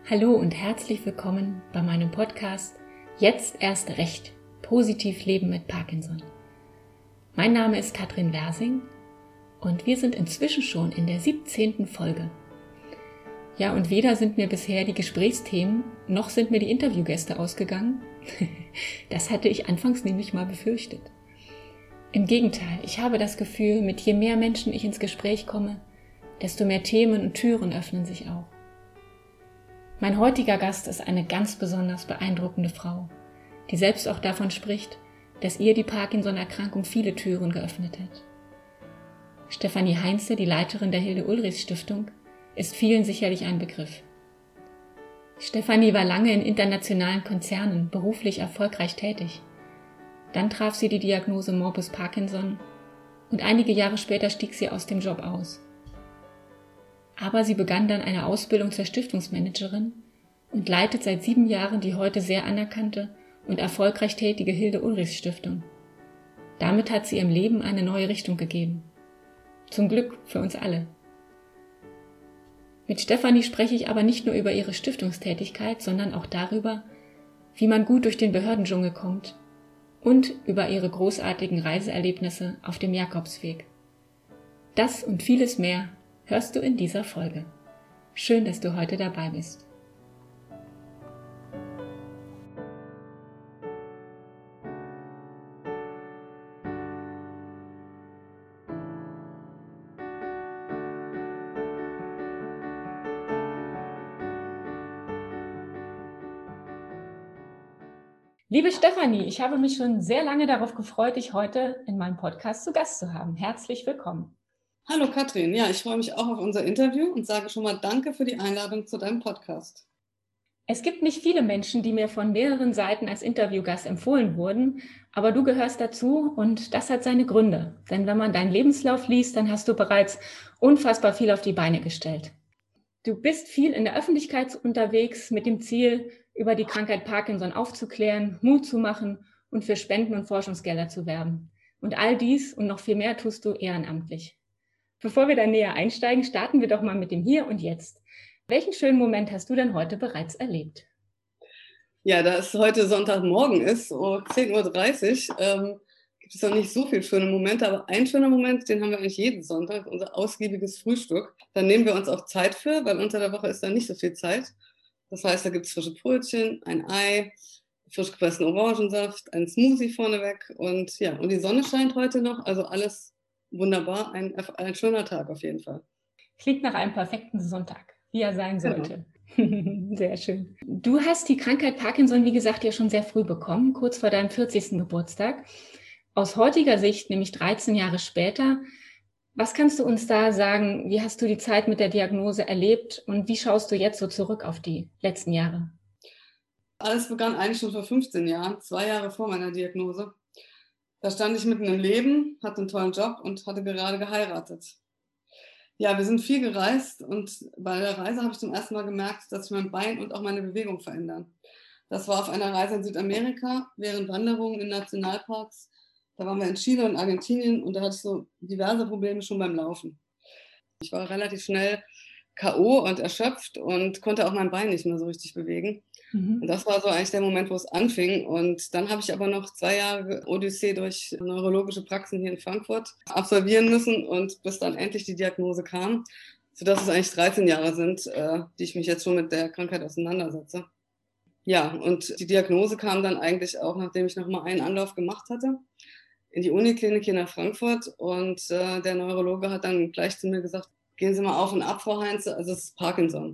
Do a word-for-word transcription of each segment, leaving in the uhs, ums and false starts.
Hallo und herzlich willkommen bei meinem Podcast Jetzt erst recht, positiv leben mit Parkinson. Mein Name ist Katrin Wersing und wir sind inzwischen schon in der siebzehnten Folge. Ja, und weder sind mir bisher die Gesprächsthemen, noch sind mir die Interviewgäste ausgegangen. Das hatte ich anfangs nämlich mal befürchtet. Im Gegenteil, ich habe das Gefühl, mit je mehr Menschen ich ins Gespräch komme, desto mehr Themen und Türen öffnen sich auch. Mein heutiger Gast ist eine ganz besonders beeindruckende Frau, die selbst auch davon spricht, dass ihr die Parkinson-Erkrankung viele Türen geöffnet hat. Stefanie Heinze, die Leiterin der Hilde-Ulrichs-Stiftung, ist vielen sicherlich ein Begriff. Stefanie war lange in internationalen Konzernen beruflich erfolgreich tätig. Dann traf sie die Diagnose Morbus Parkinson und einige Jahre später stieg sie aus dem Job aus. Aber sie begann dann eine Ausbildung zur Stiftungsmanagerin und leitet seit sieben Jahren die heute sehr anerkannte und erfolgreich tätige Hilde-Ulrichs-Stiftung. Damit hat sie ihrem Leben eine neue Richtung gegeben. Zum Glück für uns alle. Mit Stefanie spreche ich aber nicht nur über ihre Stiftungstätigkeit, sondern auch darüber, wie man gut durch den Behördendschungel kommt und über ihre großartigen Reiseerlebnisse auf dem Jakobsweg. Das und vieles mehr hörst du in dieser Folge. Schön, dass du heute dabei bist. Liebe Stefanie, ich habe mich schon sehr lange darauf gefreut, dich heute in meinem Podcast zu Gast zu haben. Herzlich willkommen. Hallo Katrin, ja, ich freue mich auch auf unser Interview und sage schon mal danke für die Einladung zu deinem Podcast. Es gibt nicht viele Menschen, die mir von mehreren Seiten als Interviewgast empfohlen wurden, aber du gehörst dazu und das hat seine Gründe. Denn wenn man deinen Lebenslauf liest, dann hast du bereits unfassbar viel auf die Beine gestellt. Du bist viel in der Öffentlichkeit unterwegs mit dem Ziel, über die Krankheit Parkinson aufzuklären, Mut zu machen und für Spenden und Forschungsgelder zu werben. Und all dies und noch viel mehr tust du ehrenamtlich. Bevor wir da näher einsteigen, starten wir doch mal mit dem Hier und Jetzt. Welchen schönen Moment hast du denn heute bereits erlebt? Ja, da es heute Sonntagmorgen ist, so zehn Uhr dreißig, ähm, gibt es noch nicht so viele schöne Momente, aber ein schöner Moment, den haben wir eigentlich jeden Sonntag, unser ausgiebiges Frühstück. Da nehmen wir uns auch Zeit für, weil unter der Woche ist da nicht so viel Zeit. Das heißt, da gibt es frische Brötchen, ein Ei, frisch gepressten Orangensaft, ein Smoothie vorneweg und ja, und die Sonne scheint heute noch, also alles wunderbar, ein, ein schöner Tag auf jeden Fall. Klingt nach einem perfekten Sonntag, wie er sein sollte. Genau. Sehr schön. Du hast die Krankheit Parkinson, wie gesagt, ja schon sehr früh bekommen, kurz vor deinem vierzigsten Geburtstag. Aus heutiger Sicht, nämlich dreizehn Jahre später, was kannst du uns da sagen? Wie hast du die Zeit mit der Diagnose erlebt und wie schaust du jetzt so zurück auf die letzten Jahre? Alles begann eigentlich schon vor fünfzehn Jahren, zwei Jahre vor meiner Diagnose. Da stand ich mitten im Leben, hatte einen tollen Job und hatte gerade geheiratet. Ja, wir sind viel gereist und bei der Reise habe ich zum ersten Mal gemerkt, dass sich mein Bein und auch meine Bewegung verändern. Das war auf einer Reise in Südamerika, während Wanderungen in Nationalparks. Da waren wir in Chile und Argentinien und da hatte ich so diverse Probleme schon beim Laufen. Ich war relativ schnell K O und erschöpft und konnte auch mein Bein nicht mehr so richtig bewegen. Mhm. Und das war so eigentlich der Moment, wo es anfing. Und dann habe ich aber noch zwei Jahre Odyssee durch neurologische Praxen hier in Frankfurt absolvieren müssen und bis dann endlich die Diagnose kam, sodass es eigentlich dreizehn Jahre sind, äh, die ich mich jetzt schon mit der Krankheit auseinandersetze. Ja, und die Diagnose kam dann eigentlich auch, nachdem ich noch mal einen Anlauf gemacht hatte, in die Uniklinik hier nach Frankfurt. Und äh, der Neurologe hat dann gleich zu mir gesagt, gehen Sie mal auf und ab, Frau Heinze, also es ist Parkinson.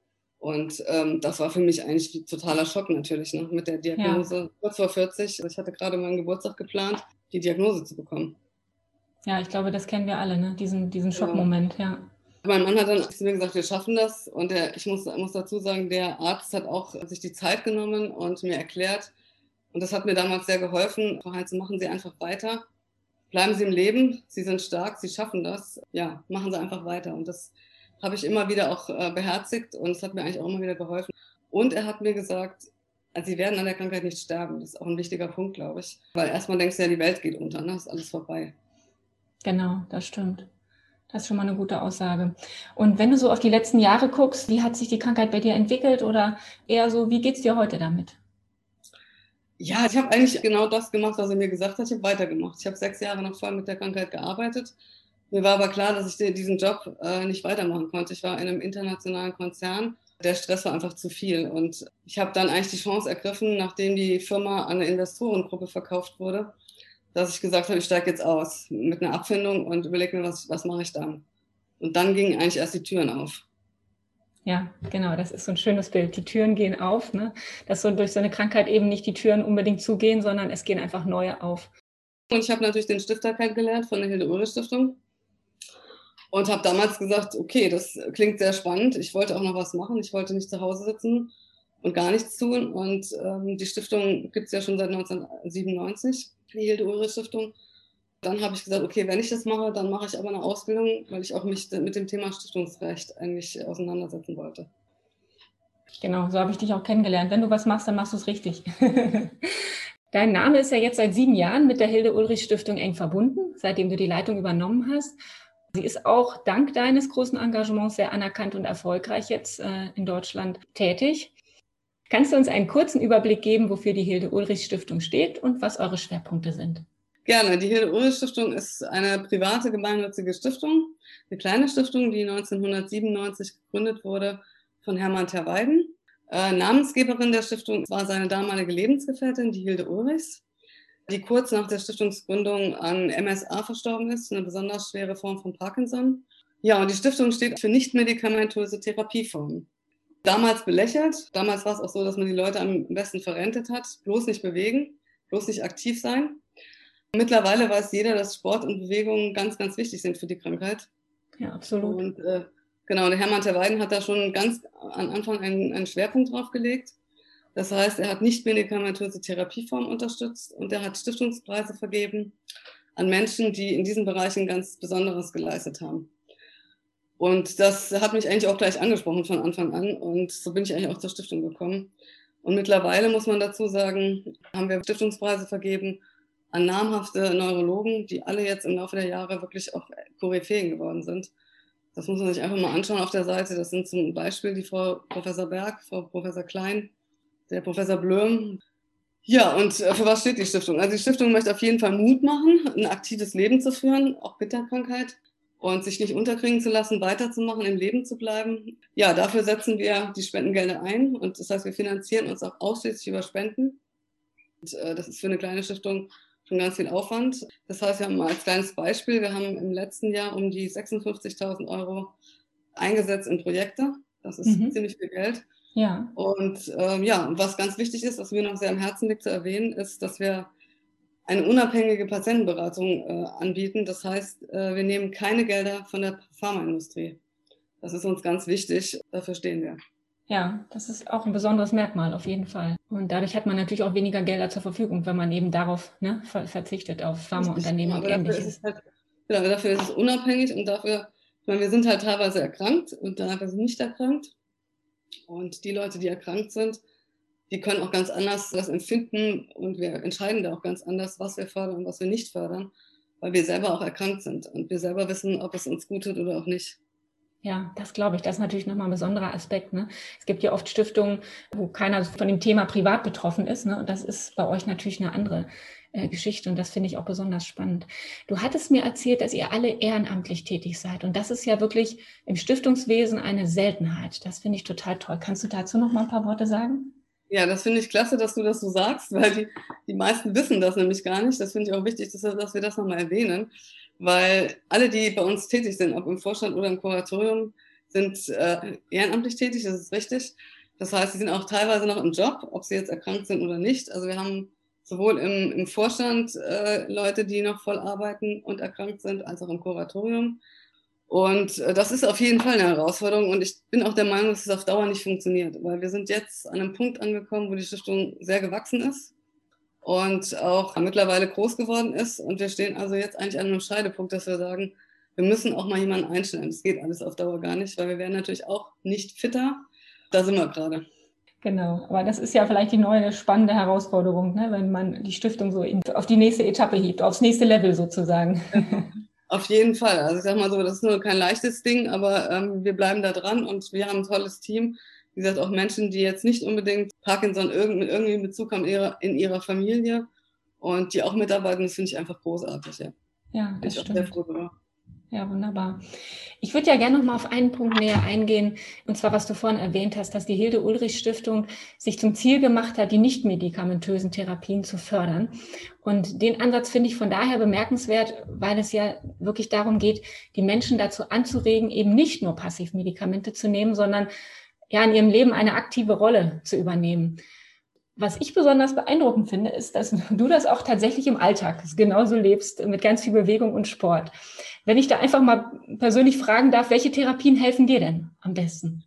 Und ähm, das war für mich eigentlich ein totaler Schock natürlich, ne? Mit der Diagnose ja. Kurz vor vierzig. Ich hatte gerade meinen Geburtstag geplant, die Diagnose zu bekommen. Ja, ich glaube, das kennen wir alle, ne? diesen, diesen Schockmoment, ja. ja. Mein Mann hat dann zu mir gesagt, wir schaffen das. Und der, ich muss, muss dazu sagen, der Arzt hat auch sich die Zeit genommen und mir erklärt. Und das hat mir damals sehr geholfen. Frau Heinze, machen Sie einfach weiter. Bleiben Sie im Leben. Sie sind stark, Sie schaffen das. Ja, machen Sie einfach weiter. Und das habe ich immer wieder auch äh, beherzigt und es hat mir eigentlich auch immer wieder geholfen. Und er hat mir gesagt, also Sie werden an der Krankheit nicht sterben. Das ist auch ein wichtiger Punkt, glaube ich. Weil erstmal denkst du ja, die Welt geht unter, ne? Ist alles vorbei. Genau, das stimmt. Das ist schon mal eine gute Aussage. Und wenn du so auf die letzten Jahre guckst, wie hat sich die Krankheit bei dir entwickelt oder eher so, wie geht's dir heute damit? Ja, ich habe eigentlich genau das gemacht, was er mir gesagt hat. Ich habe weitergemacht. Ich habe sechs Jahre noch voll mit der Krankheit gearbeitet. Mir war aber klar, dass ich diesen Job äh, nicht weitermachen konnte. Ich war in einem internationalen Konzern. Der Stress war einfach zu viel. Und ich habe dann eigentlich die Chance ergriffen, nachdem die Firma an eine Investorengruppe verkauft wurde, dass ich gesagt habe, ich steige jetzt aus mit einer Abfindung und überlege mir, was, was mache ich dann. Und dann gingen eigentlich erst die Türen auf. Ja, genau, das ist so ein schönes Bild. Die Türen gehen auf, ne? Dass so durch so eine Krankheit eben nicht die Türen unbedingt zugehen, sondern es gehen einfach neue auf. Und ich habe natürlich den Stifter kennengelernt von der Hilde-Ulrich-Stiftung und habe damals gesagt, okay, das klingt sehr spannend. Ich wollte auch noch was machen. Ich wollte nicht zu Hause sitzen und gar nichts tun. Und ähm, die Stiftung gibt es ja schon seit neunzehnhundertsiebenundneunzig, die Hilde-Ulrich-Stiftung. Dann habe ich gesagt, okay, wenn ich das mache, dann mache ich aber eine Ausbildung, weil ich auch mich mit dem Thema Stiftungsrecht eigentlich auseinandersetzen wollte. Genau, so habe ich dich auch kennengelernt. Wenn du was machst, dann machst du es richtig. Dein Name ist ja jetzt seit sieben Jahren mit der Hilde-Ulrich-Stiftung eng verbunden, seitdem du die Leitung übernommen hast. Sie ist auch dank deines großen Engagements sehr anerkannt und erfolgreich jetzt äh, in Deutschland tätig. Kannst du uns einen kurzen Überblick geben, wofür die Hilde-Ulrich-Stiftung steht und was eure Schwerpunkte sind? Gerne. Die Hilde-Ulrich-Stiftung ist eine private gemeinnützige Stiftung, eine kleine Stiftung, die neunzehnhundertsiebenundneunzig gegründet wurde von Hermann Terweyden. Äh, Namensgeberin der Stiftung war seine damalige Lebensgefährtin, die Hilde Ulrichs, die kurz nach der Stiftungsgründung an M S A verstorben ist, eine besonders schwere Form von Parkinson. Ja, und die Stiftung steht für nichtmedikamentöse Therapieformen. Damals belächelt, damals war es auch so, dass man die Leute am besten verrentet hat, bloß nicht bewegen, bloß nicht aktiv sein. Mittlerweile weiß jeder, dass Sport und Bewegung ganz, ganz wichtig sind für die Krankheit. Ja, absolut. Und äh, genau, der Hermann Terweyden hat da schon ganz am Anfang einen, einen Schwerpunkt drauf gelegt. Das heißt, er hat nicht medikamentöse Therapieformen unterstützt und er hat Stiftungspreise vergeben an Menschen, die in diesen Bereichen ganz Besonderes geleistet haben. Und das hat mich eigentlich auch gleich angesprochen von Anfang an und so bin ich eigentlich auch zur Stiftung gekommen. Und mittlerweile muss man dazu sagen, haben wir Stiftungspreise vergeben an namhafte Neurologen, die alle jetzt im Laufe der Jahre wirklich auch Koryphäen geworden sind. Das muss man sich einfach mal anschauen auf der Seite. Das sind zum Beispiel die Frau Professor Berg, Frau Professor Klein, der Professor Blöm. Ja, und für was steht die Stiftung? Also die Stiftung möchte auf jeden Fall Mut machen, ein aktives Leben zu führen, auch Bitterkrankheit, und sich nicht unterkriegen zu lassen, weiterzumachen, im Leben zu bleiben. Ja, dafür setzen wir die Spendengelder ein und das heißt, wir finanzieren uns auch ausschließlich über Spenden. Und äh, das ist für eine kleine Stiftung schon ganz viel Aufwand. Das heißt, wir haben mal als kleines Beispiel, wir haben im letzten Jahr um die sechsundfünfzigtausend Euro eingesetzt in Projekte. Das ist mhm. ziemlich viel Geld. Ja. Und ähm, ja, was ganz wichtig ist, was mir noch sehr am Herzen liegt zu erwähnen, ist, dass wir eine unabhängige Patientenberatung äh, anbieten. Das heißt, äh, wir nehmen keine Gelder von der Pharmaindustrie. Das ist uns ganz wichtig. Dafür stehen wir. Ja, das ist auch ein besonderes Merkmal, auf jeden Fall. Und dadurch hat man natürlich auch weniger Gelder zur Verfügung, wenn man eben darauf ne, verzichtet, auf Pharmaunternehmen und Ähnliches. Halt, genau, dafür ist es unabhängig und dafür, ich meine, wir sind halt teilweise erkrankt und teilweise nicht erkrankt. Und die Leute, die erkrankt sind, die können auch ganz anders das empfinden und wir entscheiden da auch ganz anders, was wir fördern und was wir nicht fördern, weil wir selber auch erkrankt sind und wir selber wissen, ob es uns gut tut oder auch nicht. Ja, das glaube ich. Das ist natürlich nochmal ein besonderer Aspekt. Ne? Es gibt ja oft Stiftungen, wo keiner von dem Thema privat betroffen ist. Ne? Und das ist bei euch natürlich eine andere äh, Geschichte. Und das finde ich auch besonders spannend. Du hattest mir erzählt, dass ihr alle ehrenamtlich tätig seid. Und das ist ja wirklich im Stiftungswesen eine Seltenheit. Das finde ich total toll. Kannst du dazu noch mal ein paar Worte sagen? Ja, das finde ich klasse, dass du das so sagst, weil die, die meisten wissen das nämlich gar nicht. Das finde ich auch wichtig, dass, dass wir das nochmal erwähnen. Weil alle, die bei uns tätig sind, ob im Vorstand oder im Kuratorium, sind äh, ehrenamtlich tätig, das ist richtig. Das heißt, sie sind auch teilweise noch im Job, ob sie jetzt erkrankt sind oder nicht. Also wir haben sowohl im, im Vorstand äh, Leute, die noch voll arbeiten und erkrankt sind, als auch im Kuratorium. Und äh, das ist auf jeden Fall eine Herausforderung und ich bin auch der Meinung, dass es auf Dauer nicht funktioniert, weil wir sind jetzt an einem Punkt angekommen, wo die Stiftung sehr gewachsen ist und auch mittlerweile groß geworden ist. Und wir stehen also jetzt eigentlich an einem Scheidepunkt, dass wir sagen, wir müssen auch mal jemanden einstellen. Das geht alles auf Dauer gar nicht, weil wir werden natürlich auch nicht fitter. Da sind wir gerade. Genau, aber das ist ja vielleicht die neue spannende Herausforderung, ne, wenn man die Stiftung so in, auf die nächste Etappe hebt, aufs nächste Level sozusagen. Ja. Auf jeden Fall. Also ich sag mal so, das ist nur kein leichtes Ding, aber ähm, wir bleiben da dran und wir haben ein tolles Team. Wie gesagt, auch Menschen, die jetzt nicht unbedingt Parkinson irgend, mit irgendwie in Bezug haben in ihrer, in ihrer Familie und die auch mitarbeiten, das finde ich einfach großartig. Ja, Ja, bin das ich auch stimmt. sehr froh drüber. Ja, wunderbar. Ich würde ja gerne noch mal auf einen Punkt näher eingehen, und zwar, was du vorhin erwähnt hast, dass die Hilde-Ulrich-Stiftung sich zum Ziel gemacht hat, die nicht-medikamentösen Therapien zu fördern. Und den Ansatz finde ich von daher bemerkenswert, weil es ja wirklich darum geht, die Menschen dazu anzuregen, eben nicht nur Passivmedikamente zu nehmen, sondern ja in ihrem Leben eine aktive Rolle zu übernehmen. Was ich besonders beeindruckend finde, ist, dass du das auch tatsächlich im Alltag genauso lebst, mit ganz viel Bewegung und Sport. Wenn ich da einfach mal persönlich fragen darf, welche Therapien helfen dir denn am besten?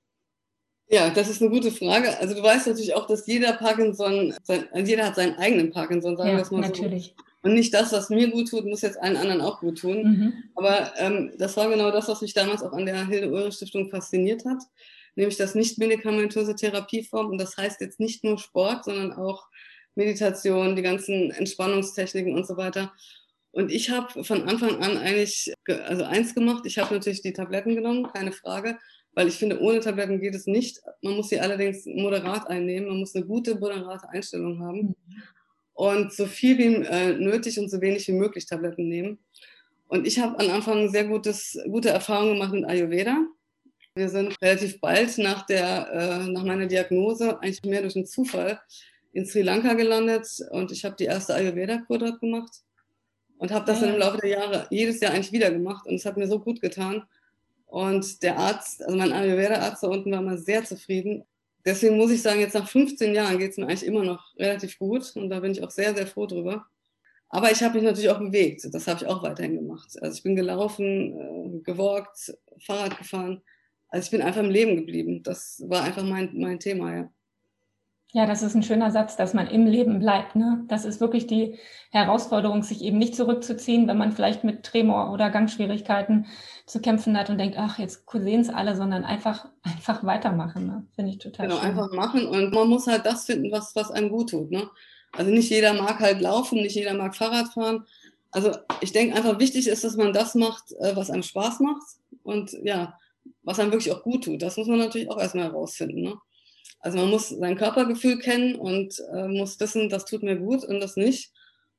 Ja, das ist eine gute Frage. Also du weißt natürlich auch, dass jeder Parkinson, sein, jeder hat seinen eigenen Parkinson, sagen wir Ja, es mal so. natürlich. Und nicht das, was mir gut tut, muss jetzt allen anderen auch gut tun. Mhm. Aber ähm, das war genau das, was mich damals auch an der Hilde-Ulrich-Stiftung fasziniert hat, nämlich das nicht-medikamentöse Therapieform. Und das heißt jetzt nicht nur Sport, sondern auch Meditation, die ganzen Entspannungstechniken und so weiter. Und ich habe von Anfang an eigentlich also eins gemacht. Ich habe natürlich die Tabletten genommen, keine Frage, weil ich finde, ohne Tabletten geht es nicht. Man muss sie allerdings moderat einnehmen. Man muss eine gute, moderate Einstellung haben. Mhm. Und so viel wie äh, nötig und so wenig wie möglich Tabletten nehmen. Und ich habe am Anfang sehr gutes, gute Erfahrungen gemacht mit Ayurveda. Wir sind relativ bald nach, der, äh, nach meiner Diagnose, eigentlich mehr durch einen Zufall, in Sri Lanka gelandet und ich habe die erste Ayurveda-Kur dort gemacht und habe das Ah, dann ja. im Laufe der Jahre jedes Jahr eigentlich wieder gemacht und es hat mir so gut getan. Und der Arzt, also mein Ayurveda-Arzt da unten war mal sehr zufrieden. Deswegen muss ich sagen, jetzt nach fünfzehn Jahren geht es mir eigentlich immer noch relativ gut und da bin ich auch sehr, sehr froh drüber. Aber ich habe mich natürlich auch bewegt, das habe ich auch weiterhin gemacht. Also ich bin gelaufen, äh, gewalkt, Fahrrad gefahren. Also ich bin einfach im Leben geblieben. Das war einfach mein, mein Thema, ja. Ja, das ist ein schöner Satz, dass man im Leben bleibt, ne? Das ist wirklich die Herausforderung, sich eben nicht zurückzuziehen, wenn man vielleicht mit Tremor oder Gangschwierigkeiten zu kämpfen hat und denkt, ach, jetzt sehen es alle, sondern einfach, einfach weitermachen, ne? Finde ich total Genau, schön. einfach machen und man muss halt das finden, was, was einem gut tut, ne? Also nicht jeder mag halt laufen, nicht jeder mag Fahrrad fahren. Also ich denke einfach wichtig ist, dass man das macht, äh, was einem Spaß macht und ja, was einem wirklich auch gut tut. Das muss man natürlich auch erstmal herausfinden, ne? Also man muss sein Körpergefühl kennen und äh, muss wissen, das tut mir gut und das nicht.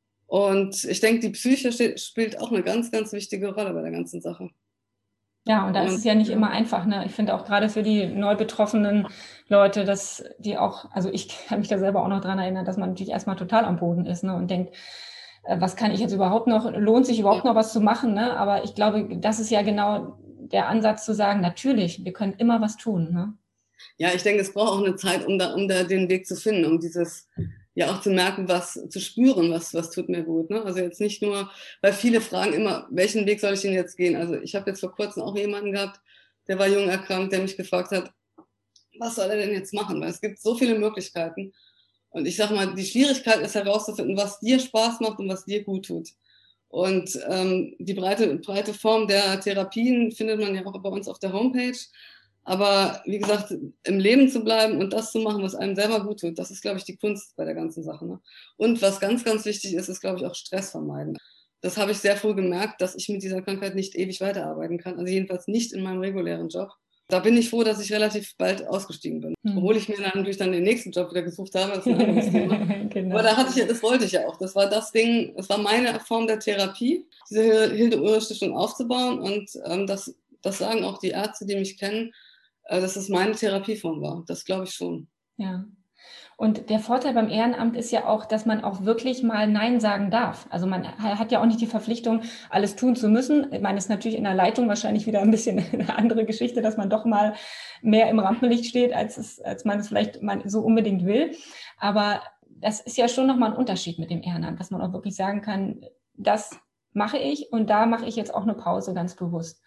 Und ich denke, die Psyche ste- spielt auch eine ganz, ganz wichtige Rolle bei der ganzen Sache. Ja, und da ist Und es ja nicht ja, immer einfach, ne? Ich finde auch gerade für die neu betroffenen Leute, dass die auch, also ich kann mich da selber auch noch dran erinnern, dass man natürlich erstmal total am Boden ist, ne? Und denkt, äh, was kann ich jetzt überhaupt noch, lohnt sich überhaupt ja. noch was zu machen, ne? Aber ich glaube, das ist ja genau der Ansatz zu sagen, natürlich, wir können immer was tun, ne? Ja, ich denke, es braucht auch eine Zeit, um da, um da den Weg zu finden, um dieses, ja auch zu merken, was, zu spüren, was, was tut mir gut. Ne? Also jetzt nicht nur, weil viele fragen immer, welchen Weg soll ich denn jetzt gehen? Also ich habe jetzt vor kurzem auch jemanden gehabt, der war jung erkrankt, der mich gefragt hat, was soll er denn jetzt machen? Weil es gibt so viele Möglichkeiten. Und ich sage mal, die Schwierigkeit ist herauszufinden, was dir Spaß macht und was dir gut tut. Und ähm, die breite, breite Form der Therapien findet man ja auch bei uns auf der Homepage. Aber wie gesagt, im Leben zu bleiben und das zu machen, was einem selber gut tut, das ist, glaube ich, die Kunst bei der ganzen Sache. Ne? Und was ganz, ganz wichtig ist, ist, glaube ich, auch Stress vermeiden. Das habe ich sehr früh gemerkt, dass ich mit dieser Krankheit nicht ewig weiterarbeiten kann. Also jedenfalls nicht in meinem regulären Job. Da bin ich froh, dass ich relativ bald ausgestiegen bin. Hm. Obwohl ich mir dann natürlich dann den nächsten Job wieder gesucht habe, das ist ein anderes Thema. Genau. Aber da hatte ich ja, das wollte ich ja auch. Das war das Ding, das war meine Form der Therapie, diese Hilde-Ulrich-Stiftung aufzubauen. Und ähm, das, das sagen auch die Ärzte, die mich kennen, äh, dass es meine Therapieform war. Das glaube ich schon. Ja. Und der Vorteil beim Ehrenamt ist ja auch, dass man auch wirklich mal Nein sagen darf. Also man hat ja auch nicht die Verpflichtung, alles tun zu müssen. Ich meine, es ist natürlich in der Leitung wahrscheinlich wieder ein bisschen eine andere Geschichte, dass man doch mal mehr im Rampenlicht steht, als es, als man es vielleicht man so unbedingt will. Aber das ist ja schon nochmal ein Unterschied mit dem Ehrenamt, dass man auch wirklich sagen kann, das mache ich und da mache ich jetzt auch eine Pause ganz bewusst.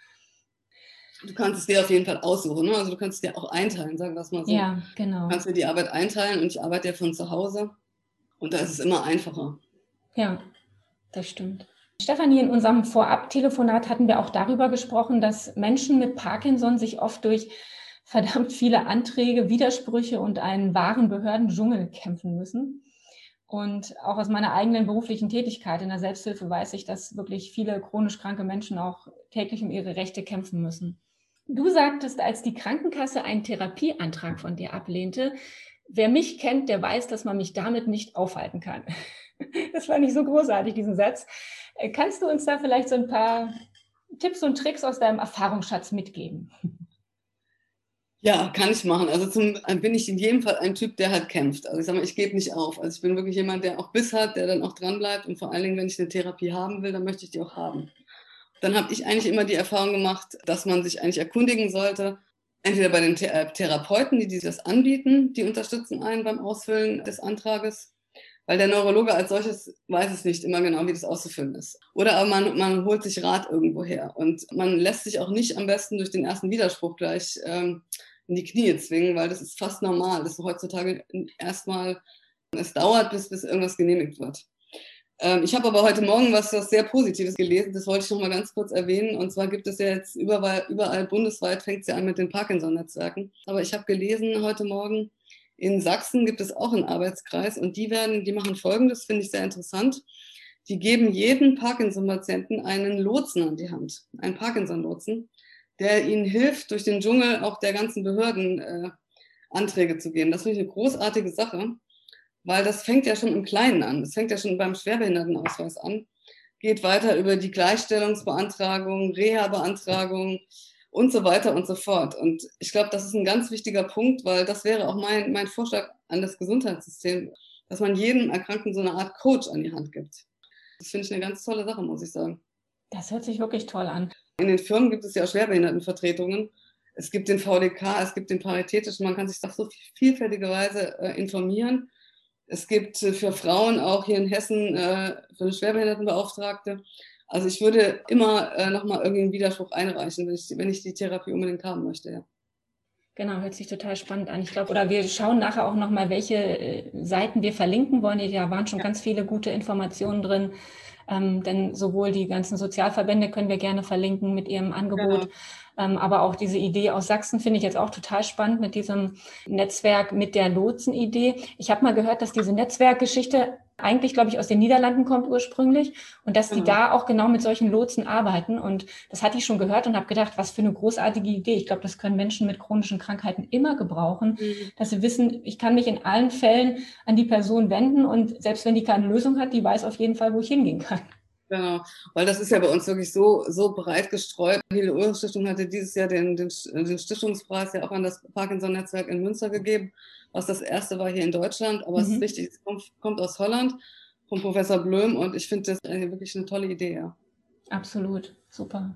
Du kannst es dir auf jeden Fall aussuchen. Ne? Also du kannst es dir auch einteilen, sagen wir es mal so. Ja, genau. Du kannst dir die Arbeit einteilen und ich arbeite ja von zu Hause. Und da ist es immer einfacher. Ja, das stimmt. Stefanie, in unserem Vorab-Telefonat hatten wir auch darüber gesprochen, dass Menschen mit Parkinson sich oft durch verdammt viele Anträge, Widersprüche und einen wahren Behördendschungel kämpfen müssen. Und auch aus meiner eigenen beruflichen Tätigkeit in der Selbsthilfe weiß ich, dass wirklich viele chronisch kranke Menschen auch täglich um ihre Rechte kämpfen müssen. Du sagtest, als die Krankenkasse einen Therapieantrag von dir ablehnte, wer mich kennt, der weiß, dass man mich damit nicht aufhalten kann. Das fand ich so großartig, diesen Satz. Kannst du uns da vielleicht so ein paar Tipps und Tricks aus deinem Erfahrungsschatz mitgeben? Ja, kann ich machen. Also zum, bin ich in jedem Fall ein Typ, der halt kämpft. Also ich sage mal, ich gebe nicht auf. Also ich bin wirklich jemand, der auch Biss hat, der dann auch dran bleibt. Und vor allen Dingen, wenn ich eine Therapie haben will, dann möchte ich die auch haben. Dann habe ich eigentlich immer die Erfahrung gemacht, dass man sich eigentlich erkundigen sollte, entweder bei den Therapeuten, die, die das anbieten, die unterstützen einen beim Ausfüllen des Antrages, weil der Neurologe als solches weiß es nicht immer genau, wie das auszufüllen ist. Oder aber man, man holt sich Rat irgendwo her und man lässt sich auch nicht am besten durch den ersten Widerspruch gleich ähm, in die Knie zwingen, weil das ist fast normal, dass heutzutage erstmal es dauert, bis, bis irgendwas genehmigt wird. Ähm, ich habe aber heute Morgen was, was sehr Positives gelesen, das wollte ich noch mal ganz kurz erwähnen. Und zwar gibt es ja jetzt überall, überall bundesweit, fängt es ja an mit den Parkinson-Netzwerken. Aber ich habe gelesen heute Morgen, in Sachsen gibt es auch einen Arbeitskreis und die werden, die machen Folgendes, finde ich sehr interessant. Die geben jedem Parkinson-Patienten einen Lotsen an die Hand, einen Parkinson-Lotsen, der ihnen hilft, durch den Dschungel auch der ganzen Behörden äh, Anträge zu geben. Das finde ich eine großartige Sache, weil das fängt ja schon im Kleinen an. Das fängt ja schon beim Schwerbehindertenausweis an, geht weiter über die Gleichstellungsbeantragung, Reha-Beantragung und so weiter und so fort. Und ich glaube, das ist ein ganz wichtiger Punkt, weil das wäre auch mein, mein Vorschlag an das Gesundheitssystem, dass man jedem Erkrankten so eine Art Coach an die Hand gibt. Das finde ich eine ganz tolle Sache, muss ich sagen. Das hört sich wirklich toll an. In den Firmen gibt es ja auch Schwerbehindertenvertretungen. Es gibt den V D K, es gibt den Paritätischen, man kann sich auf so vielfältige Weise äh, informieren. Es gibt äh, für Frauen auch hier in Hessen äh, für eine Schwerbehindertenbeauftragte. Also ich würde immer äh, nochmal irgendwie einen Widerspruch einreichen, wenn ich, wenn ich die Therapie unbedingt haben möchte. Ja. Genau, hört sich total spannend an. Ich glaube, oder wir schauen nachher auch nochmal, welche äh, Seiten wir verlinken wollen. Da waren schon ja. ganz viele gute Informationen drin. Ähm, denn sowohl die ganzen Sozialverbände können wir gerne verlinken mit ihrem Angebot, genau. ähm, aber auch diese Idee aus Sachsen finde ich jetzt auch total spannend mit diesem Netzwerk, mit der Lotsenidee. Ich habe mal gehört, dass diese Netzwerkgeschichte eigentlich, glaube ich, aus den Niederlanden kommt ursprünglich und dass die genau. da auch genau mit solchen Lotsen arbeiten. Und das hatte ich schon gehört und habe gedacht, was für eine großartige Idee. Ich glaube, das können Menschen mit chronischen Krankheiten immer gebrauchen, mhm. dass sie wissen, ich kann mich in allen Fällen an die Person wenden und selbst wenn die keine Lösung hat, die weiß auf jeden Fall, wo ich hingehen kann. Genau, weil das ist ja bei uns wirklich so, so breit gestreut. Die Hilde-Ulrich-Stiftung hatte dieses Jahr den, den, den Stiftungspreis ja auch an das Parkinson-Netzwerk in Münster gegeben, was das erste war hier in Deutschland. Aber mhm. es ist richtig, es kommt, kommt aus Holland von Professor Blöm und ich finde das wirklich eine tolle Idee. Ja. Absolut, super.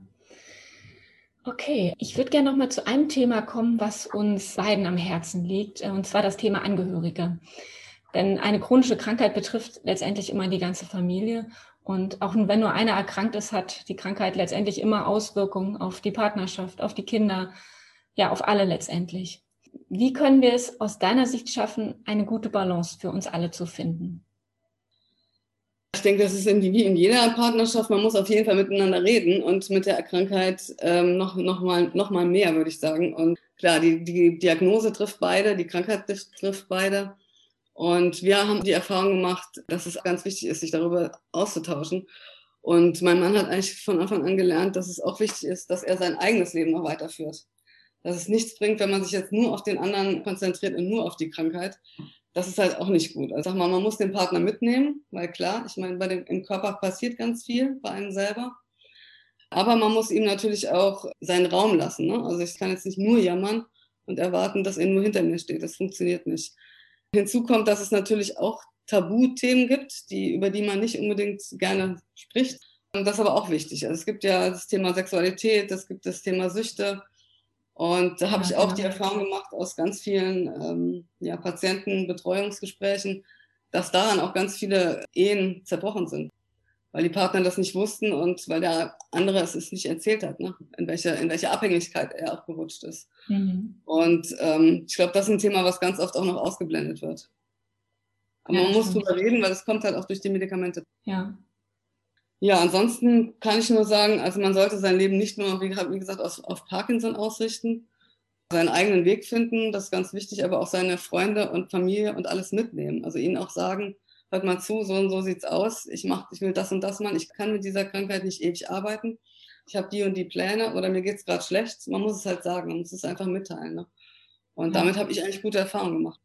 Okay, ich würde gerne noch mal zu einem Thema kommen, was uns beiden am Herzen liegt, und zwar das Thema Angehörige. Denn eine chronische Krankheit betrifft letztendlich immer die ganze Familie. Und auch wenn nur einer erkrankt ist, hat die Krankheit letztendlich immer Auswirkungen auf die Partnerschaft, auf die Kinder, ja, auf alle letztendlich. Wie können wir es aus deiner Sicht schaffen, eine gute Balance für uns alle zu finden? Ich denke, das ist wie in jeder Partnerschaft. Man muss auf jeden Fall miteinander reden und mit der Krankheit ähm, noch, noch, mal, noch mal mehr, würde ich sagen. Und klar, die, die Diagnose trifft beide, die Krankheit trifft beide. Und wir haben die Erfahrung gemacht, dass es ganz wichtig ist, sich darüber auszutauschen. Und mein Mann hat eigentlich von Anfang an gelernt, dass es auch wichtig ist, dass er sein eigenes Leben noch weiterführt. Dass es nichts bringt, wenn man sich jetzt nur auf den anderen konzentriert und nur auf die Krankheit. Das ist halt auch nicht gut. Also sag mal, man muss den Partner mitnehmen, weil klar, ich meine, bei dem, im Körper passiert ganz viel bei einem selber. Aber man muss ihm natürlich auch seinen Raum lassen. Ne? Also ich kann jetzt nicht nur jammern und erwarten, dass er nur hinter mir steht. Das funktioniert nicht. Hinzu kommt, dass es natürlich auch Tabuthemen gibt, die, über die man nicht unbedingt gerne spricht. Und das ist aber auch wichtig. Also es gibt ja das Thema Sexualität, es gibt das Thema Süchte. Und da habe ja, ich auch genau. die Erfahrung gemacht aus ganz vielen ähm, ja, Patientenbetreuungsgesprächen, dass daran auch ganz viele Ehen zerbrochen sind, weil die Partner das nicht wussten und weil der andere es nicht erzählt hat, ne? in, welcher, in welche Abhängigkeit er auch gerutscht ist. Mhm. Und ähm, ich glaube, das ist ein Thema, was ganz oft auch noch ausgeblendet wird. Aber ja, man muss drüber reden, weil es kommt halt auch durch die Medikamente. Ja. Ja, ansonsten kann ich nur sagen, also man sollte sein Leben nicht nur, wie, wie gesagt, auf, auf Parkinson ausrichten, seinen eigenen Weg finden, das ist ganz wichtig, aber auch seine Freunde und Familie und alles mitnehmen. Also ihnen auch sagen, hört mal zu, so und so sieht's aus, ich mach, ich will das und das machen, ich kann mit dieser Krankheit nicht ewig arbeiten, ich habe die und die Pläne oder mir geht's gerade schlecht. Man muss es halt sagen, man muss es einfach mitteilen. Ne? Und Ja. damit habe ich eigentlich gute Erfahrungen gemacht.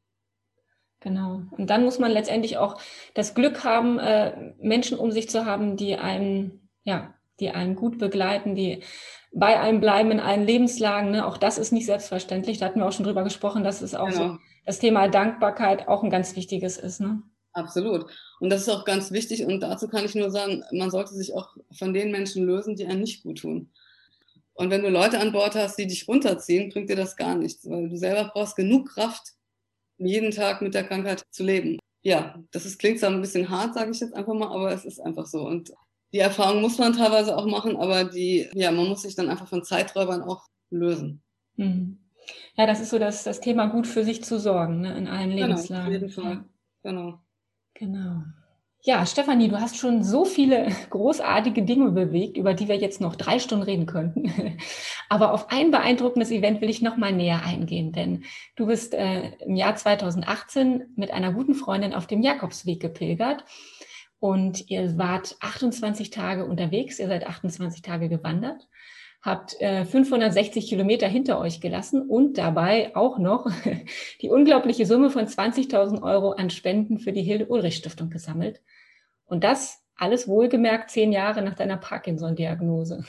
Genau. Und dann muss man letztendlich auch das Glück haben, äh, Menschen um sich zu haben, die einen, ja, die einen gut begleiten, die bei einem bleiben in allen Lebenslagen. Ne? Auch das ist nicht selbstverständlich. Da hatten wir auch schon drüber gesprochen, dass es auch so Genau. das Thema Dankbarkeit auch ein ganz wichtiges ist. Ne? Absolut. Und das ist auch ganz wichtig. Und dazu kann ich nur sagen, man sollte sich auch von den Menschen lösen, die einem nicht gut tun. Und wenn du Leute an Bord hast, die dich runterziehen, bringt dir das gar nichts, weil du selber brauchst genug Kraft, jeden Tag mit der Krankheit zu leben. Ja, das ist, klingt zwar ein bisschen hart, sage ich jetzt einfach mal, aber es ist einfach so. Und die Erfahrung muss man teilweise auch machen, aber die, ja, man muss sich dann einfach von Zeiträubern auch lösen. Mhm. Ja, das ist so das, das Thema, gut für sich zu sorgen, ne, in allen Genau, auf Lebenslagen. jeden Fall. Ja. Genau. Genau. Ja, Stefanie, du hast schon so viele großartige Dinge bewegt, über die wir jetzt noch drei Stunden reden könnten. Aber auf ein beeindruckendes Event will ich noch mal näher eingehen, denn du bist äh, im Jahr zweitausendachtzehn mit einer guten Freundin auf dem Jakobsweg gepilgert und ihr wart achtundzwanzig Tage unterwegs, ihr seid achtundzwanzig Tage gewandert, habt äh, fünfhundertsechzig Kilometer hinter euch gelassen und dabei auch noch die unglaubliche Summe von zwanzigtausend Euro an Spenden für die Hilde-Ulrich-Stiftung gesammelt. Und das alles wohlgemerkt zehn Jahre nach deiner Parkinson-Diagnose.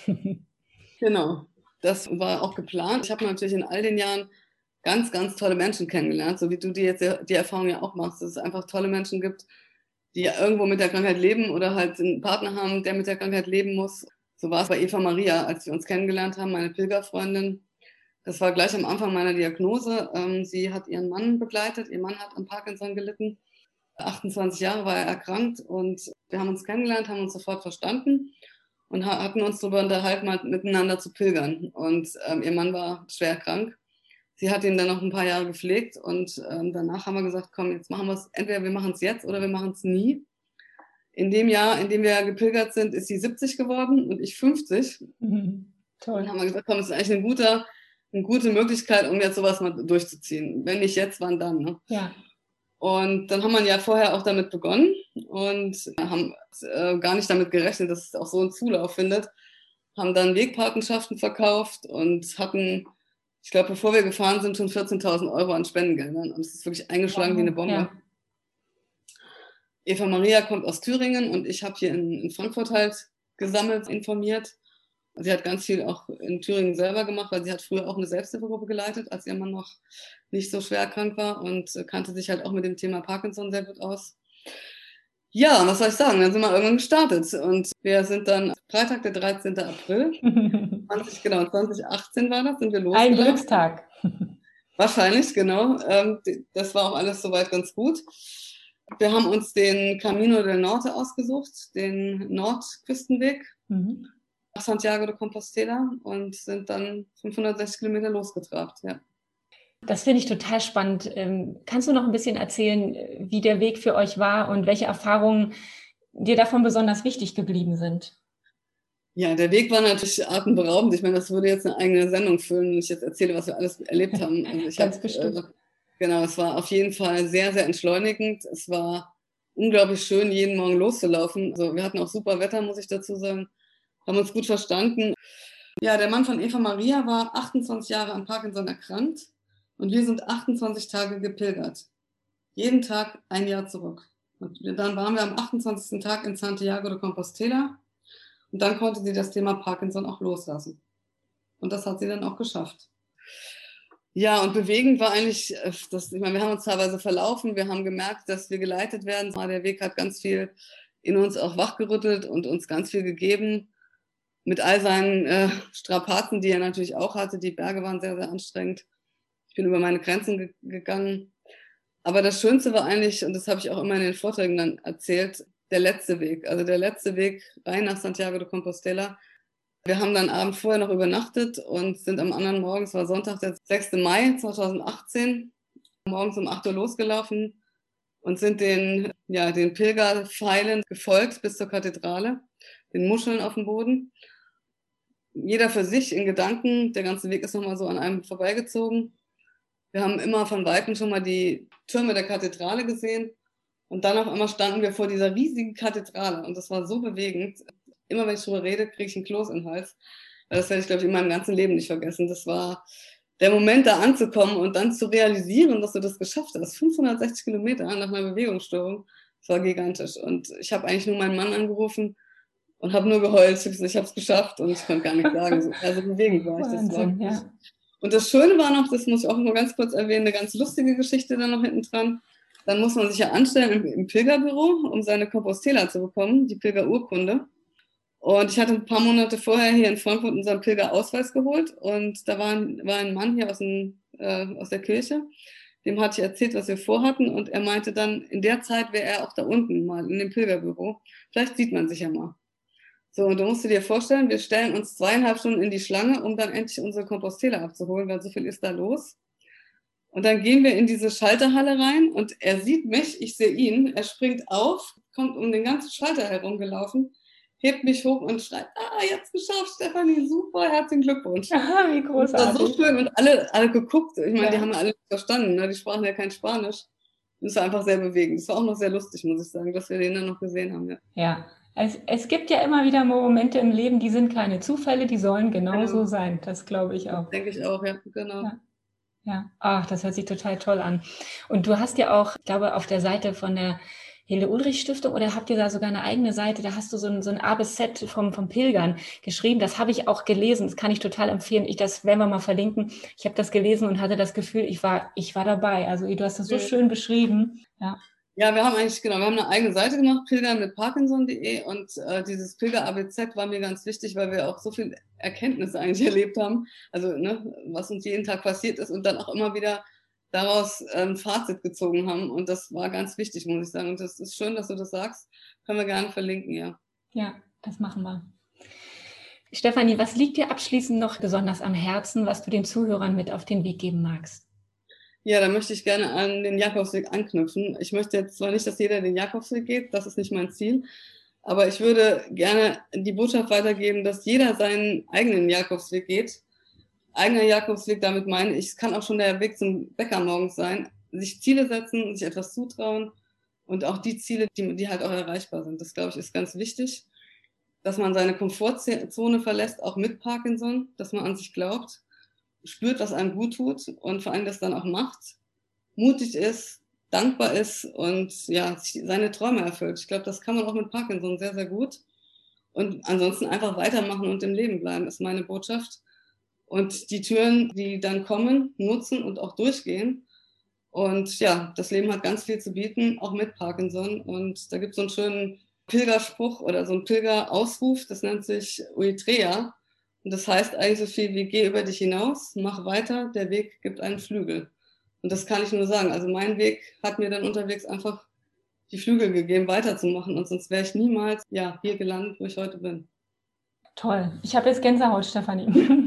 Genau, das war auch geplant. Ich habe natürlich in all den Jahren ganz, ganz tolle Menschen kennengelernt, so wie du die jetzt die Erfahrung ja auch machst, dass es einfach tolle Menschen gibt, die irgendwo mit der Krankheit leben oder halt einen Partner haben, der mit der Krankheit leben muss. So war es bei Eva Maria, als wir uns kennengelernt haben, meine Pilgerfreundin. Das war gleich am Anfang meiner Diagnose. Sie hat ihren Mann begleitet. Ihr Mann hat an Parkinson gelitten. achtundzwanzig Jahre war er erkrankt und wir haben uns kennengelernt, haben uns sofort verstanden und hatten uns darüber unterhalten, mal miteinander zu pilgern. Und ähm, ihr Mann war schwer krank. Sie hat ihn dann noch ein paar Jahre gepflegt und ähm, danach haben wir gesagt, komm, jetzt machen wir es, entweder wir machen es jetzt oder wir machen es nie. In dem Jahr, in dem wir gepilgert sind, ist sie siebzig geworden und ich fünfzig. Mhm. Toll. Und dann haben wir gesagt, komm, das ist eigentlich eine gute, eine gute Möglichkeit, um jetzt sowas mal durchzuziehen. Wenn nicht jetzt, wann dann? Ne? Ja. Und dann haben wir ja vorher auch damit begonnen und haben äh, gar nicht damit gerechnet, dass es auch so einen Zulauf findet. Haben dann Wegpatenschaften verkauft und hatten, ich glaube, bevor wir gefahren sind, schon vierzehntausend Euro an Spendengeldern. Und es ist wirklich eingeschlagen Wow. wie eine Bombe. Ja. Eva Maria kommt aus Thüringen und ich habe hier in, in Frankfurt halt gesammelt, informiert. Sie hat ganz viel auch in Thüringen selber gemacht, weil sie hat früher auch eine Selbsthilfegruppe geleitet, als ihr Mann noch nicht so schwer krank war und kannte sich halt auch mit dem Thema Parkinson sehr gut aus. Ja, was soll ich sagen? Dann sind wir irgendwann gestartet und wir sind dann Freitag, der dreizehnten April, zwanzig, genau, zwanzig achtzehn war das, sind wir losgelaufen. Ein Glückstag. Wahrscheinlich, genau. Das war auch alles soweit ganz gut. Wir haben uns den Camino del Norte ausgesucht, den Nordküstenweg. Mhm. Nach Santiago de Compostela und sind dann fünfhundertsechzig Kilometer losgetrabt. Ja. Das finde ich total spannend. Kannst du noch ein bisschen erzählen, wie der Weg für euch war und welche Erfahrungen dir davon besonders wichtig geblieben sind? Ja, der Weg war natürlich atemberaubend. Ich meine, das würde jetzt eine eigene Sendung füllen, wenn ich jetzt erzähle, was wir alles erlebt haben. Also ich Ganz hab, bestimmt. Äh, genau, es war auf jeden Fall sehr, sehr entschleunigend. Es war unglaublich schön, jeden Morgen loszulaufen. Also wir hatten auch super Wetter, muss ich dazu sagen. Haben uns gut verstanden. Ja, der Mann von Eva Maria war achtundzwanzig Jahre an Parkinson erkrankt und wir sind achtundzwanzig Tage gepilgert. Jeden Tag ein Jahr zurück. Und dann waren wir am achtundzwanzigsten Tag in Santiago de Compostela und dann konnte sie das Thema Parkinson auch loslassen. Und das hat sie dann auch geschafft. Ja, und bewegend war eigentlich, das, ich meine, wir haben uns teilweise verlaufen, wir haben gemerkt, dass wir geleitet werden. Der Weg hat ganz viel in uns auch wachgerüttelt und uns ganz viel gegeben. Mit all seinen äh, Strapazen, die er natürlich auch hatte. Die Berge waren sehr, sehr anstrengend. Ich bin über meine Grenzen ge- gegangen. Aber das Schönste war eigentlich, und das habe ich auch immer in den Vorträgen dann erzählt, der letzte Weg. Also der letzte Weg rein nach Santiago de Compostela. Wir haben dann Abend vorher noch übernachtet und sind am anderen Morgen, es war Sonntag, der sechster Mai zweitausendachtzehn, morgens um acht Uhr losgelaufen und sind den, ja, den Pilgerpfeilen gefolgt bis zur Kathedrale, den Muscheln auf dem Boden. Jeder für sich in Gedanken, der ganze Weg ist nochmal so an einem vorbeigezogen. Wir haben immer von Weitem schon mal die Türme der Kathedrale gesehen Und dann auf einmal standen wir vor dieser riesigen Kathedrale und das war so bewegend. Immer wenn ich darüber rede, kriege ich einen Kloß im Hals. Das werde ich, glaube ich, in meinem ganzen Leben nicht vergessen. Das war der Moment, da anzukommen und dann zu realisieren, dass du das geschafft hast. fünfhundertsechzig Kilometer nach einer Bewegungsstörung. Das war gigantisch. Und ich habe eigentlich nur meinen Mann angerufen und habe nur geheult. Ich habe es geschafft und ich konnte gar nicht sagen. Also bewegend war ich. Das Wahnsinn, war ja. Und das Schöne war noch, das muss ich auch nur ganz kurz erwähnen, eine ganz lustige Geschichte dann noch hinten dran. Dann muss man sich ja anstellen im, im Pilgerbüro, um seine Compostela zu bekommen, die Pilgerurkunde. Und ich hatte ein paar Monate vorher hier in Frankfurt unseren Pilgerausweis geholt und da war ein, war ein Mann hier aus, dem, äh, aus der Kirche, dem hatte ich erzählt, was wir vorhatten und er meinte dann, in der Zeit wäre er auch da unten mal in dem Pilgerbüro. Vielleicht sieht man sich ja mal. So, und du musst dir vorstellen, wir stellen uns zweieinhalb Stunden in die Schlange, um dann endlich unsere Compostela abzuholen, weil so viel ist da los. Und dann gehen wir in diese Schalterhalle rein und er sieht mich, ich sehe ihn, er springt auf, kommt um den ganzen Schalter herumgelaufen, hebt mich hoch und schreit, ah, jetzt geschafft, Stefanie, super, herzlichen Glückwunsch. Aha, wie großartig. Das war so schön und alle, alle geguckt, ich meine, Ja. die haben alle nicht verstanden, ne? Die sprachen ja kein Spanisch. Das war einfach sehr bewegend. Das war auch noch sehr lustig, muss ich sagen, dass wir den dann noch gesehen haben. Ja, ja. Es, es gibt ja immer wieder Momente im Leben, die sind keine Zufälle, die sollen genauso genau. sein. Das glaube ich auch. Denke ich auch, ja, genau. Ja. Ja, ach, das hört sich total toll an. Und du hast ja auch, ich glaube, auf der Seite von der Hille-Ulrich-Stiftung oder habt ihr da sogar eine eigene Seite, da hast du so ein, so ein A B Z vom, vom Pilgern geschrieben. Das habe ich auch gelesen, das kann ich total empfehlen. Ich, das werden wir mal verlinken. Ich habe das gelesen und hatte das Gefühl, ich war, ich war dabei. Also du hast das so Mhm. schön beschrieben. Ja. Ja, wir haben eigentlich, genau, wir haben eine eigene Seite gemacht, pilgern mit parkinson punkt de und äh, dieses Pilger-A B Z war mir ganz wichtig, weil wir auch so viel Erkenntnisse eigentlich erlebt haben, also ne, was uns jeden Tag passiert ist und dann auch immer wieder daraus ein ähm, Fazit gezogen haben und das war ganz wichtig, muss ich sagen und das ist schön, dass du das sagst, können wir gerne verlinken, ja. Ja, das machen wir. Stefanie, was liegt dir abschließend noch besonders am Herzen, was du den Zuhörern mit auf den Weg geben magst? Ja, da möchte ich gerne an den Jakobsweg anknüpfen. Ich möchte jetzt zwar nicht, dass jeder den Jakobsweg geht, das ist nicht mein Ziel, aber ich würde gerne die Botschaft weitergeben, dass jeder seinen eigenen Jakobsweg geht. Eigener Jakobsweg, damit meine ich, es kann auch schon der Weg zum Bäcker morgens sein, sich Ziele setzen, sich etwas zutrauen und auch die Ziele, die, die halt auch erreichbar sind. Das, glaube ich, ist ganz wichtig, dass man seine Komfortzone verlässt, auch mit Parkinson, dass man an sich glaubt, spürt, was einem gut tut und vor allem das dann auch macht, mutig ist, dankbar ist und ja, seine Träume erfüllt. Ich glaube, das kann man auch mit Parkinson sehr, sehr gut. Und ansonsten einfach weitermachen und im Leben bleiben, ist meine Botschaft. Und die Türen, die dann kommen, nutzen und auch durchgehen. Und ja, das Leben hat ganz viel zu bieten, auch mit Parkinson. Und da gibt es so einen schönen Pilgerspruch oder so einen Pilgerausruf, das nennt sich Uitrea. Und das heißt eigentlich so viel wie, geh über dich hinaus, mach weiter, der Weg gibt einen Flügel. Und das kann ich nur sagen. Also mein Weg hat mir dann unterwegs einfach die Flügel gegeben, weiterzumachen. Und sonst wäre ich niemals ja, hier gelandet, wo ich heute bin. Toll. Ich habe jetzt Gänsehaut, Stefanie.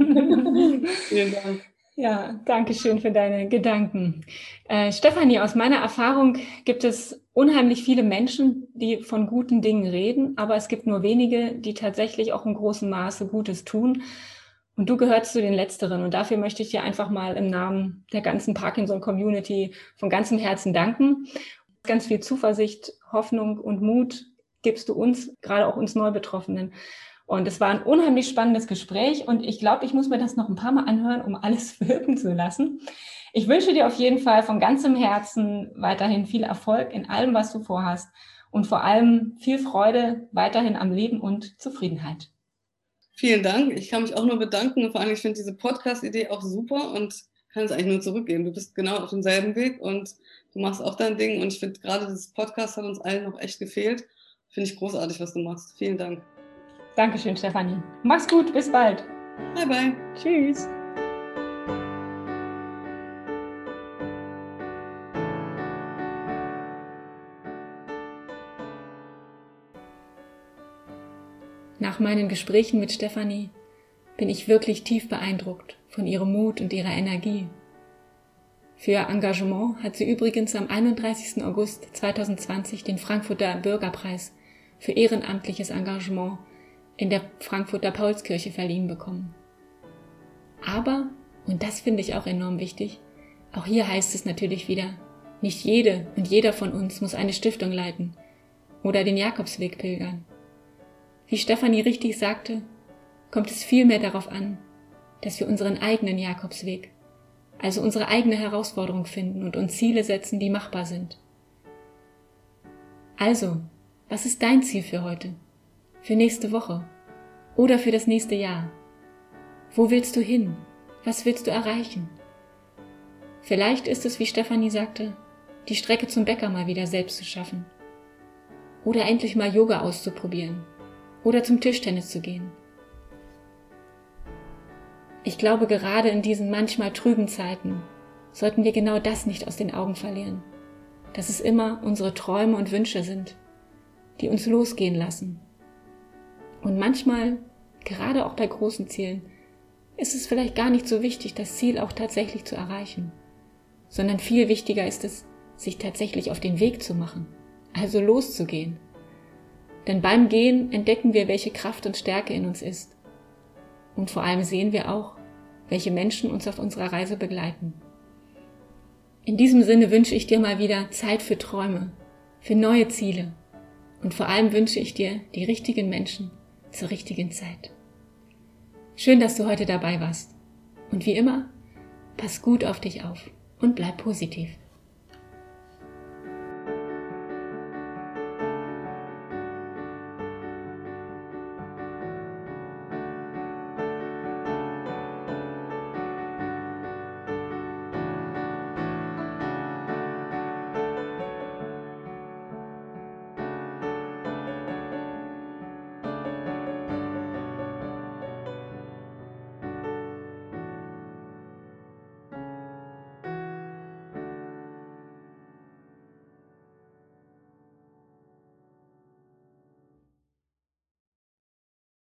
Vielen Dank. Ja, danke schön für deine Gedanken. Äh, Stefanie, aus meiner Erfahrung gibt es unheimlich viele Menschen, die von guten Dingen reden, aber es gibt nur wenige, die tatsächlich auch in großem Maße Gutes tun. Und du gehörst zu den Letzteren. Und dafür möchte ich dir einfach mal im Namen der ganzen Parkinson-Community von ganzem Herzen danken. Ganz viel Zuversicht, Hoffnung und Mut gibst du uns, gerade auch uns Neubetroffenen. Und es war ein unheimlich spannendes Gespräch und ich glaube, ich muss mir das noch ein paar Mal anhören, um alles wirken zu lassen. Ich wünsche dir auf jeden Fall von ganzem Herzen weiterhin viel Erfolg in allem, was du vorhast und vor allem viel Freude weiterhin am Leben und Zufriedenheit. Vielen Dank. Ich kann mich auch nur bedanken und vor allem, ich finde diese Podcast-Idee auch super und kann es eigentlich nur zurückgeben. Du bist genau auf demselben Weg und du machst auch dein Ding und ich finde gerade dieses Podcast hat uns allen noch echt gefehlt. Finde ich großartig, was du machst. Vielen Dank. Dankeschön, Stefanie. Mach's gut, bis bald. Bye, bye. Tschüss. Nach meinen Gesprächen mit Stefanie bin ich wirklich tief beeindruckt von ihrem Mut und ihrer Energie. Für ihr Engagement hat sie übrigens am einunddreißigsten August zweitausendzwanzig den Frankfurter Bürgerpreis für ehrenamtliches Engagement in der Frankfurter Paulskirche verliehen bekommen. Aber, und das finde ich auch enorm wichtig, auch hier heißt es natürlich wieder, Nicht jede und jeder von uns muss eine Stiftung leiten oder den Jakobsweg pilgern. Wie Stefanie richtig sagte, kommt es vielmehr darauf an, dass wir unseren eigenen Jakobsweg, also unsere eigene Herausforderung finden und uns Ziele setzen, die machbar sind. Also, was ist dein Ziel für heute, für nächste Woche oder für das nächste Jahr? Wo willst du hin? Was willst du erreichen? Vielleicht ist es, wie Stefanie sagte, die Strecke zum Bäcker mal wieder selbst zu schaffen. Oder endlich mal Yoga auszuprobieren. Oder zum Tischtennis zu gehen. Ich glaube, gerade in diesen manchmal trüben Zeiten sollten wir genau das nicht aus den Augen verlieren. Dass es immer unsere Träume und Wünsche sind, die uns losgehen lassen. Und manchmal, gerade auch bei großen Zielen, ist es vielleicht gar nicht so wichtig, das Ziel auch tatsächlich zu erreichen. Sondern viel wichtiger ist es, sich tatsächlich auf den Weg zu machen, also loszugehen. Denn beim Gehen entdecken wir, welche Kraft und Stärke in uns ist. Und vor allem sehen wir auch, welche Menschen uns auf unserer Reise begleiten. In diesem Sinne wünsche ich dir mal wieder Zeit für Träume, für neue Ziele. Und vor allem wünsche ich dir die richtigen Menschen zur richtigen Zeit. Schön, dass du heute dabei warst. Und wie immer, pass gut auf dich auf und bleib positiv.